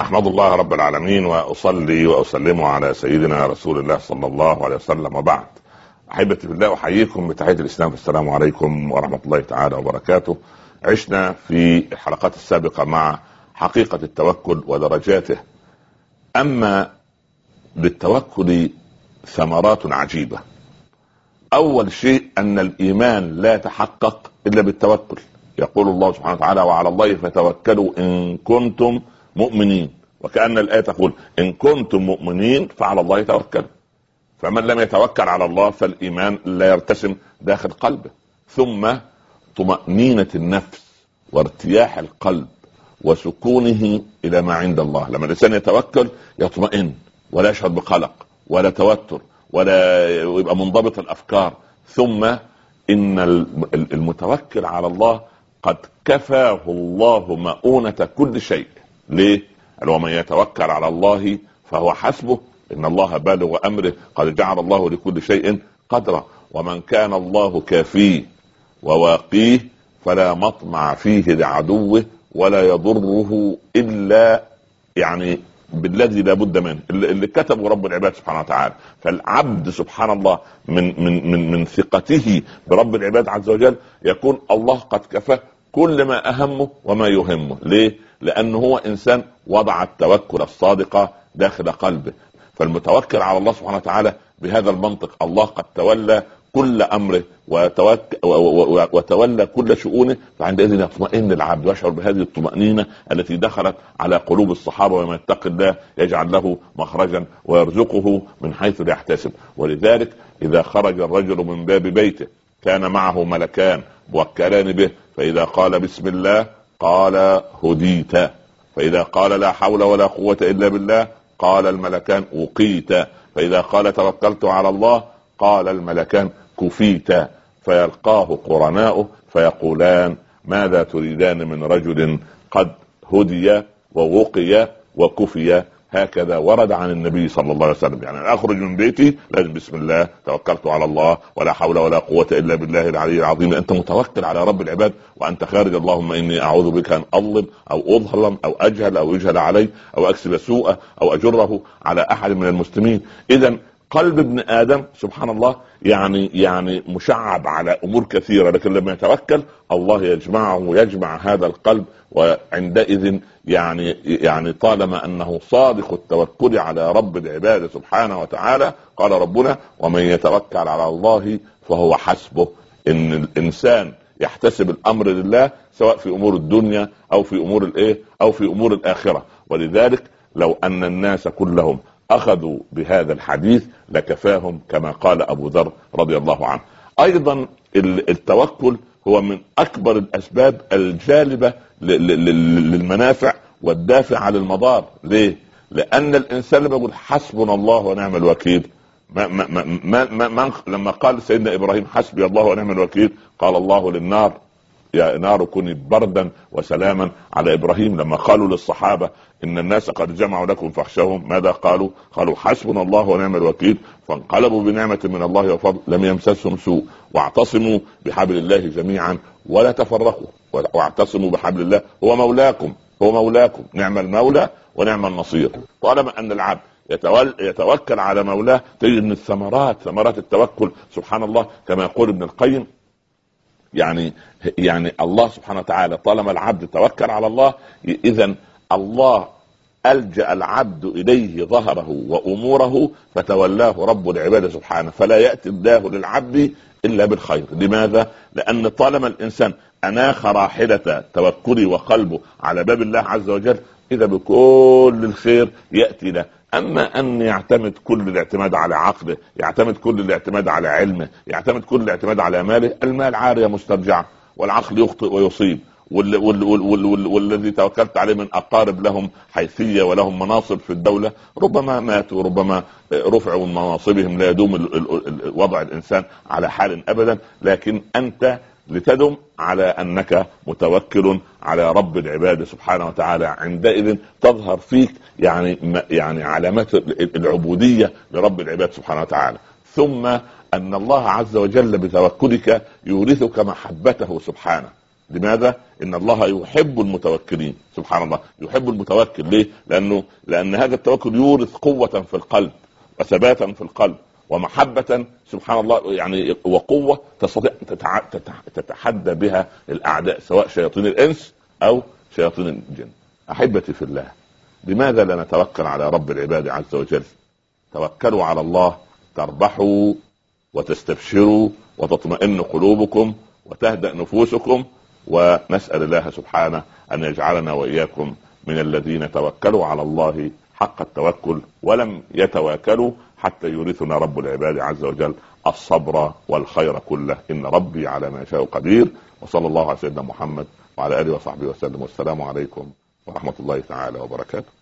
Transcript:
أحمد الله رب العالمين وأصلي وأسلم على سيدنا رسول الله صلى الله عليه وسلم، وبعد. أحبتي بالله، أحييكم بتحية الإسلام، السلام عليكم ورحمة الله تعالى وبركاته. عشنا في الحلقات السابقة مع حقيقة التوكل ودرجاته. أما بالتوكل ثمرات عجيبة. أول شيء أن الإيمان لا يتحقق إلا بالتوكل. يقول الله سبحانه وتعالى: وعلى الله فتوكلوا إن كنتم مؤمنين. وكأن الآية تقول: إن كنتم مؤمنين فعلى الله توكلوا. فمن لم يتوكل على الله فالإيمان لا يرتسم داخل قلبه. ثم طمأنينة النفس وارتياح القلب وسكونه إلى ما عند الله. لما الإنسان يتوكل يطمئن ولا يشعر بقلق ولا توتر ولا يبقى منضبط الأفكار. ثم إن المتوكل على الله قد كفاه الله مؤونة كل شيء. ليه؟ ومن يتوكل على الله فهو حسبه إن الله بالغ أمره قد جعل الله لكل شيء قدرا. ومن كان الله كافيه وواقيه فلا مطمع فيه لعدوه ولا يضره إلا بالذي لا بد منه، اللي كتبه رب العباد سبحانه وتعالى. فالعبد سبحان الله من ثقته برب العباد عز وجل يكون الله قد كفاه كل ما أهمه وما يهمه. ليه؟ لأنه هو إنسان وضع التوكل الصادق داخل قلبه. فالمتوكل على الله سبحانه وتعالى بهذا المنطق: الله قد تولى كل أمره وتولى كل شؤونه، فعندئذ يطمئن العبد ويشعر بهذه الطمأنينة التي دخلت على قلوب الصحابة: ومن يتق الله يجعل له مخرجا ويرزقه من حيث لا يحتسب. ولذلك إذا خرج الرجل من باب بيته كان معه ملكان موكلان به، فإذا قال بسم الله قال هديت، فإذا قال لا حول ولا قوة إلا بالله قال الملكان وقيت، فإذا قال توكلت على الله قال الملكان كفيت. فيلقاه قرناؤه فيقولان: ماذا تريدان من رجل قد هدي ووقي وكفي؟ هكذا ورد عن النبي صلى الله عليه وسلم. يعني أخرج من بيتي لازم بسم الله، توكلت على الله، ولا حول ولا قوة إلا بالله العلي العظيم. أنت متوكل على رب العباد وأنت خارج: اللهم إني أعوذ بك أن أظلم أو أظلم أو أجهل أو يجهل علي أو أكسب سوء أو أجره على أحد من المسلمين. إذن قلب ابن آدم سبحان الله يعني مشعب على أمور كثيرة، لكن لما يتوكل الله يجمع هذا القلب. وعندئذ طالما أنه صادق التوكل على رب العباد سبحانه وتعالى، قال ربنا: ومن يتوكل على الله فهو حسبه. إن الإنسان يحتسب الأمر لله سواء في أمور الدنيا أو في أمور الآخرة. ولذلك لو أن الناس كلهم أخذوا بهذا الحديث لكفاهم، كما قال أبو ذر رضي الله عنه. أيضا التوكل هو من أكبر الأسباب الجالبة للمنافع والدافع للمضار. ليه؟ لأن الإنسان لما يقول حسبنا الله ونعم الوكيل، لما قال سيدنا إبراهيم حسبي الله ونعم الوكيل، قال الله للنار: يا نار كوني بردا وسلاما على إبراهيم. لما قالوا للصحابة: إن الناس قد جمعوا لكم فاخشوهم، ماذا قالوا؟ قالوا حسبنا الله ونعم الوكيل. فانقلبوا بنعمة من الله وفضل لم يمسسهم سوء واعتصموا بحبل الله جميعا ولا تفرقوا، واعتصموا بحبل الله هو مولاكم نعم المولى ونعم النصير. طالما أن العبد يتوكل على مولاه تجد من ثمرات التوكل سبحان الله. كما يقول ابن القيم: يعني الله سبحانه وتعالى طالما العبد توكل على الله، إذن الله ألجأ العبد إليه ظهره وأموره فتولاه رب العباد سبحانه، فلا يأتي الله للعبد إلا بالخير. لماذا؟ لأن طالما الإنسان أناخ راحلة توكله وقلبه على باب الله عز وجل، إذا بكل الخير يأتي له. أما أن يعتمد كل الاعتماد على عقله، يعتمد كل الاعتماد على علمه، يعتمد كل الاعتماد على ماله، المال عارية مسترجعة والعقل يخطئ ويصيب. والذي توكلت عليه من أقارب لهم حيثية ولهم مناصب في الدولة ربما ماتوا، ربما رفعوا من مناصبهم. لا يدوم وضع الإنسان على حال أبدا، لكن أنت لتدم على أنك متوكل على رب العباد سبحانه وتعالى. عندئذ تظهر فيك علامات العبودية لرب العباد سبحانه وتعالى. ثم أن الله عز وجل بتوكلك يورثك محبته سبحانه. لماذا؟ إن الله يحب المتوكلين. سبحان الله، يحب المتوكل. ليه؟ لأن هذا التوكل يورث قوة في القلب وثباتا في القلب ومحبة، سبحان الله، يعني وقوة تستطيع تتحدى بها الأعداء، سواء شياطين الإنس أو شياطين الجن. أحبتي في الله، لماذا لا نتوكل على رب العباد عز وجل؟ توكلوا على الله تربحوا وتستبشروا وتطمئن قلوبكم وتهدأ نفوسكم. ونسأل الله سبحانه أن يجعلنا وإياكم من الذين توكلوا على الله حق التوكل ولم يتواكلوا، حتى يورثنا رب العباد عز وجل الصبر والخير كله، إن ربي على ما يشاء قدير. وصلى الله على سيدنا محمد وعلى آله وصحبه وسلم، والسلام عليكم ورحمة الله تعالى وبركاته.